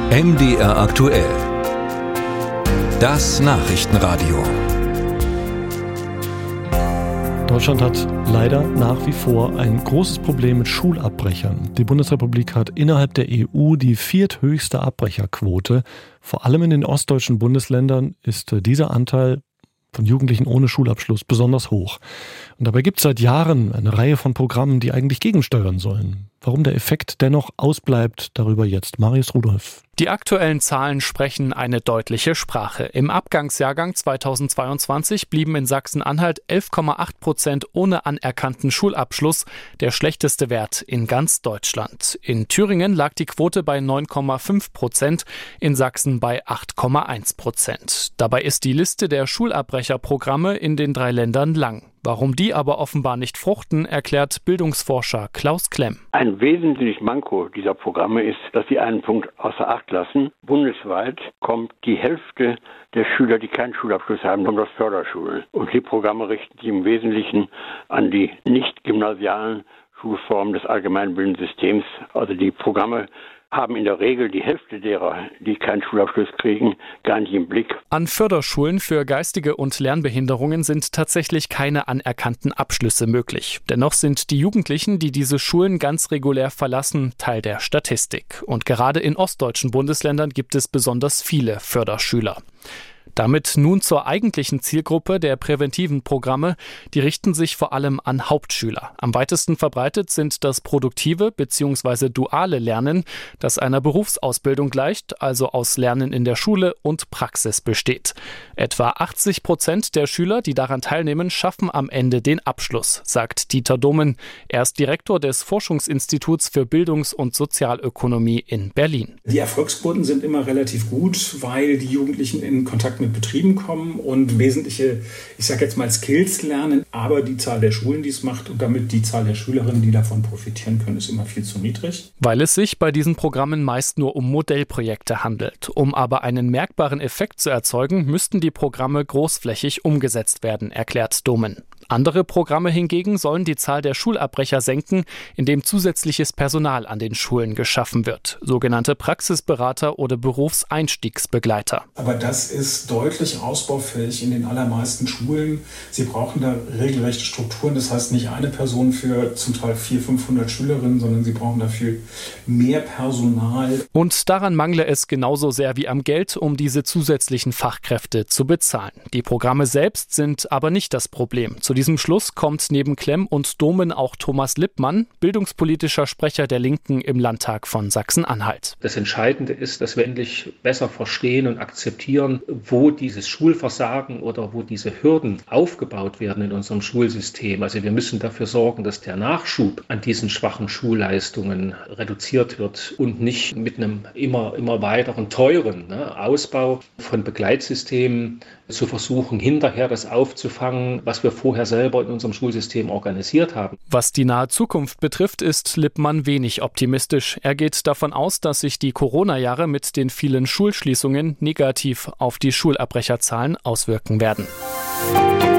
MDR aktuell. Das Nachrichtenradio. Deutschland hat leider nach wie vor ein großes Problem mit Schulabbrechern. Die Bundesrepublik hat innerhalb der EU die vierthöchste Abbrecherquote. Vor allem in den ostdeutschen Bundesländern ist dieser Anteil von Jugendlichen ohne Schulabschluss besonders hoch. Und dabei gibt es seit Jahren eine Reihe von Programmen, die eigentlich gegensteuern sollen. Warum der Effekt dennoch ausbleibt, darüber jetzt Marius Rudolph. Die aktuellen Zahlen sprechen eine deutliche Sprache. Im Abgangsjahrgang 2022 blieben in Sachsen-Anhalt 11,8% ohne anerkannten Schulabschluss, der schlechteste Wert in ganz Deutschland. In Thüringen lag die Quote bei 9,5%, in Sachsen bei 8,1%. Dabei ist die Liste der Schulabbrecherprogramme in den 3 Ländern lang. Warum die aber offenbar nicht fruchten, erklärt Bildungsforscher Klaus Klemm. Ein wesentliches Manko dieser Programme ist, dass sie einen Punkt außer Acht lassen. Bundesweit kommt die Hälfte der Schüler, die keinen Schulabschluss haben, kommt aus Förderschulen. Und die Programme richten sich im Wesentlichen an die nicht gymnasialen Schulformen des allgemeinbildenden Systems. Also die Programme haben in der Regel die Hälfte derer, die keinen Schulabschluss kriegen, gar nicht im Blick. An Förderschulen für geistige und Lernbehinderungen sind tatsächlich keine anerkannten Abschlüsse möglich. Dennoch sind die Jugendlichen, die diese Schulen ganz regulär verlassen, Teil der Statistik. Und gerade in ostdeutschen Bundesländern gibt es besonders viele Förderschüler. Damit nun zur eigentlichen Zielgruppe der präventiven Programme. Die richten sich vor allem an Hauptschüler. Am weitesten verbreitet sind das produktive bzw. duale Lernen, das einer Berufsausbildung gleicht, also aus Lernen in der Schule und Praxis besteht. Etwa 80% der Schüler, die daran teilnehmen, schaffen am Ende den Abschluss, sagt Dieter Domen. Er ist Direktor des Forschungsinstituts für Bildungs- und Sozialökonomie in Berlin. Die Erfolgsquoten sind immer relativ gut, weil die Jugendlichen in Kontakt mit Betrieben kommen und wesentliche, ich sage jetzt mal Skills lernen, aber die Zahl der Schulen, die es macht und damit die Zahl der Schülerinnen, die davon profitieren können, ist immer viel zu niedrig. Weil es sich bei diesen Programmen meist nur um Modellprojekte handelt. Um aber einen merkbaren Effekt zu erzeugen, müssten die Programme großflächig umgesetzt werden, erklärt Domen. Andere Programme hingegen sollen die Zahl der Schulabbrecher senken, indem zusätzliches Personal an den Schulen geschaffen wird, sogenannte Praxisberater oder Berufseinstiegsbegleiter. Aber das ist deutlich ausbaufähig in den allermeisten Schulen. Sie brauchen da regelrechte Strukturen, das heißt nicht eine Person für zum Teil 400-500 Schülerinnen, sondern sie brauchen dafür mehr Personal. Und daran mangle es genauso sehr wie am Geld, um diese zusätzlichen Fachkräfte zu bezahlen. Die Programme selbst sind aber nicht das Problem. Zu diesem Schluss kommt neben Klemm und Domen auch Thomas Lippmann, bildungspolitischer Sprecher der Linken im Landtag von Sachsen-Anhalt. Das Entscheidende ist, dass wir endlich besser verstehen und akzeptieren, wo dieses Schulversagen oder wo diese Hürden aufgebaut werden in unserem Schulsystem. Also wir müssen dafür sorgen, dass der Nachschub an diesen schwachen Schulleistungen reduziert wird und nicht mit einem immer weiteren teuren Ausbau von Begleitsystemen zu versuchen, hinterher das aufzufangen, was wir vorher selber in unserem Schulsystem organisiert haben. Was die nahe Zukunft betrifft, ist Lippmann wenig optimistisch. Er geht davon aus, dass sich die Corona-Jahre mit den vielen Schulschließungen negativ auf die Schulabbrecherzahlen auswirken werden.